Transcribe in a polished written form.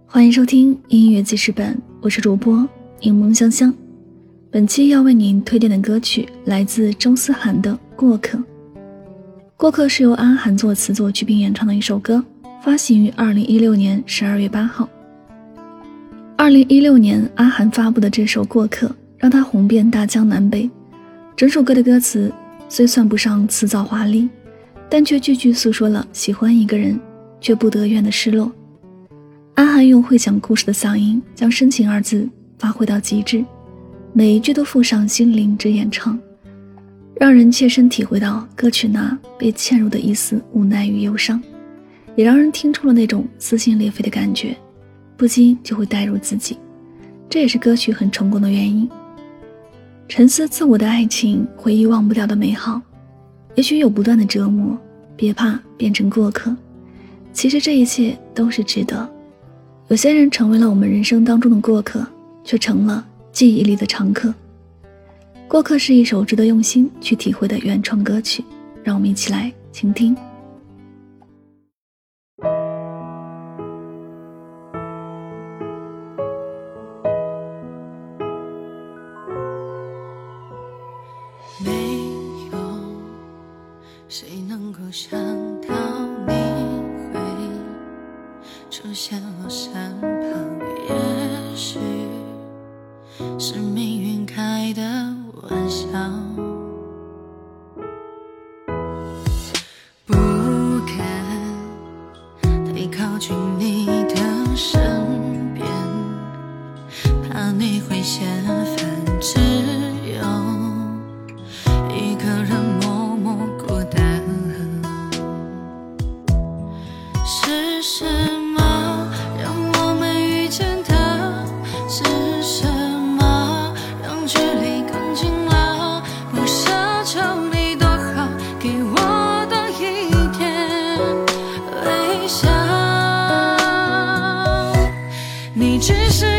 欢迎收听音乐记事本，我是主播柠檬香香。本期要为您推荐的歌曲来自周思涵的《过客》。《过客》是由阿涵作词作曲并演唱的一首歌，发行于2016年12月8号。2016年阿涵发布的这首《过客》让他红遍大江南北。整首歌的歌词虽算不上辞藻华丽，但却句句诉说了喜欢一个人却不得愿的失落。阿涵用会讲故事的嗓音将深情二字发挥到极致，每一句都附上心灵之演唱，让人切身体会到歌曲那被嵌入的一丝无奈与忧伤，也让人听出了那种撕心裂肺的感觉，不禁就会带入自己。这也是歌曲很成功的原因。沉思自我的爱情，回忆忘不掉的美好，也许有不断的折磨，别怕变成过客，其实这一切都是值得。有些人成为了我们人生当中的过客，却成了记忆里的常客。过客是一首值得用心去体会的原创歌曲，让我们一起来倾听。 没有谁能够想到你会出现我身旁，也许是命运开的玩笑，不敢太靠近你的身边，怕你会嫌烦，只有一个人默默孤单。是什么让我们遇见的？是什么让距离更近了？不奢求你多好，给我多一点微笑。你只是